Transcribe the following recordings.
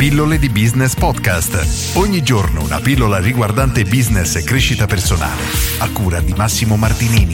Pillole di Business Podcast. Ogni giorno una pillola riguardante business e crescita personale. A cura di Massimo Martinini.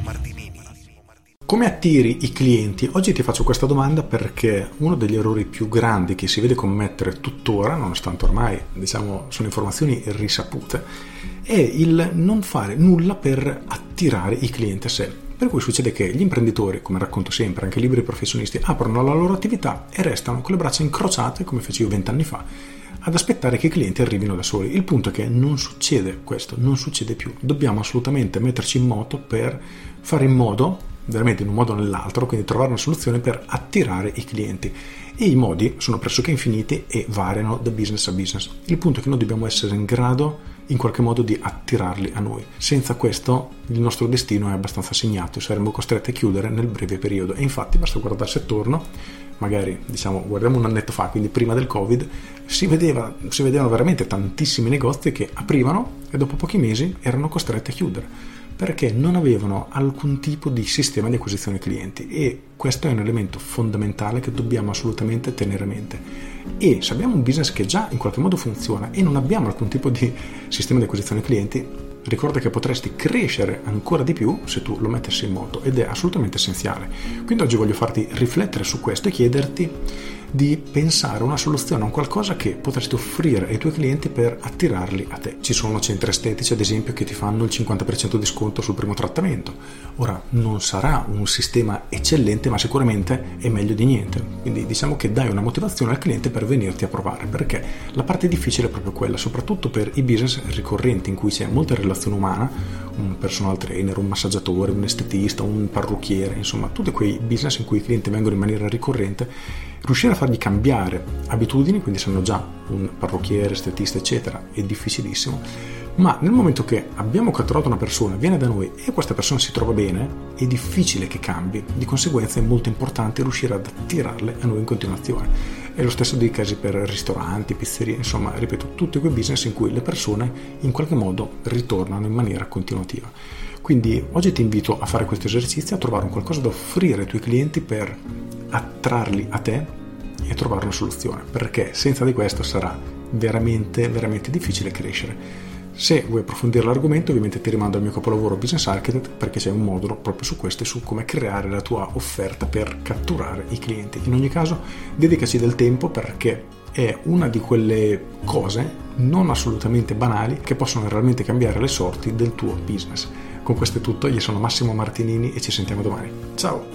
Come attiri i clienti? Oggi ti faccio questa domanda perché uno degli errori più grandi che si vede commettere tuttora, nonostante ormai sono informazioni risapute, è il non fare nulla per attirare i clienti a sé. Per cui succede che gli imprenditori, come racconto sempre, anche i liberi professionisti, aprono la loro attività e restano con le braccia incrociate, come facevo 20 anni fa, ad aspettare che i clienti arrivino da soli. Il punto è che non succede questo, non succede più. Dobbiamo assolutamente metterci in moto per fare in modo, veramente in un modo o nell'altro, quindi trovare una soluzione per attirare i clienti. E i modi sono pressoché infiniti e variano da business a business. Il punto è che noi dobbiamo essere in grado in qualche modo di attirarli a noi. Senza questo il nostro destino è abbastanza segnato e saremo costretti a chiudere nel breve periodo. E infatti basta guardarsi attorno, magari guardiamo un annetto fa, quindi prima del Covid, si vedevano veramente tantissimi negozi che aprivano e dopo pochi mesi erano costretti a chiudere perché non avevano alcun tipo di sistema di acquisizione clienti, e questo è un elemento fondamentale che dobbiamo assolutamente tenere a mente. E se abbiamo un business che già in qualche modo funziona e non abbiamo alcun tipo di sistema di acquisizione clienti, ricorda che potresti crescere ancora di più se tu lo mettessi in moto, ed è assolutamente essenziale. Quindi oggi voglio farti riflettere su questo e chiederti di pensare a una soluzione, a un qualcosa che potresti offrire ai tuoi clienti per attirarli a te. Ci sono centri estetici, ad esempio, che ti fanno il 50% di sconto sul primo trattamento. Ora, non sarà un sistema eccellente, ma sicuramente è meglio di niente. Quindi diciamo che dai una motivazione al cliente per venirti a provare, perché la parte difficile è proprio quella, soprattutto per i business ricorrenti in cui c'è molta relazione umana, un personal trainer, un massaggiatore, un estetista, un parrucchiere, insomma tutti quei business in cui i clienti vengono in maniera ricorrente. Riuscire a fargli cambiare abitudini, quindi se hanno già un parrucchiere, estetista eccetera, è difficilissimo, ma nel momento che abbiamo catturato una persona, viene da noi e questa persona si trova bene, è difficile che cambi. Di conseguenza è molto importante riuscire ad attirarle a noi in continuazione. È lo stesso dei casi per ristoranti, pizzerie, insomma, ripeto, tutti quei business in cui le persone in qualche modo ritornano in maniera continuativa. Quindi oggi ti invito a fare questo esercizio, a trovare un qualcosa da offrire ai tuoi clienti per attrarli a te e trovare una soluzione, perché senza di questo sarà veramente, veramente difficile crescere. Se vuoi approfondire l'argomento, ovviamente ti rimando al mio capolavoro Business Architect, perché c'è un modulo proprio su questo e su come creare la tua offerta per catturare i clienti. In ogni caso, dedicaci del tempo, perché è una di quelle cose non assolutamente banali che possono realmente cambiare le sorti del tuo business. Con questo è tutto, io sono Massimo Martinini e ci sentiamo domani. Ciao!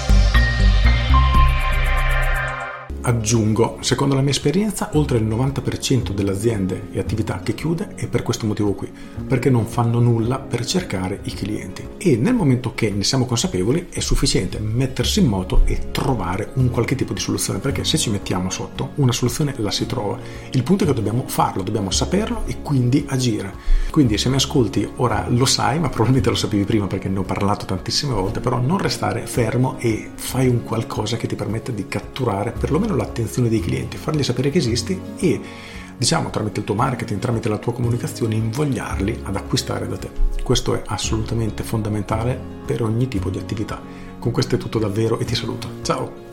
Aggiungo, secondo la mia esperienza, oltre il 90% delle aziende e attività che chiude è per questo motivo qui, perché non fanno nulla per cercare i clienti. E nel momento che ne siamo consapevoli è sufficiente mettersi in moto e trovare un qualche tipo di soluzione, perché se ci mettiamo sotto una soluzione la si trova. Il punto è che dobbiamo farlo, dobbiamo saperlo e quindi agire. Quindi se mi ascolti ora lo sai, ma probabilmente lo sapevi prima perché ne ho parlato tantissime volte, però non restare fermo e fai un qualcosa che ti permetta di catturare perlomeno l'attenzione dei clienti, fargli sapere che esisti e tramite il tuo marketing, tramite la tua comunicazione, invogliarli ad acquistare da te. Questo è assolutamente fondamentale per ogni tipo di attività. Con questo è tutto davvero e ti saluto. Ciao!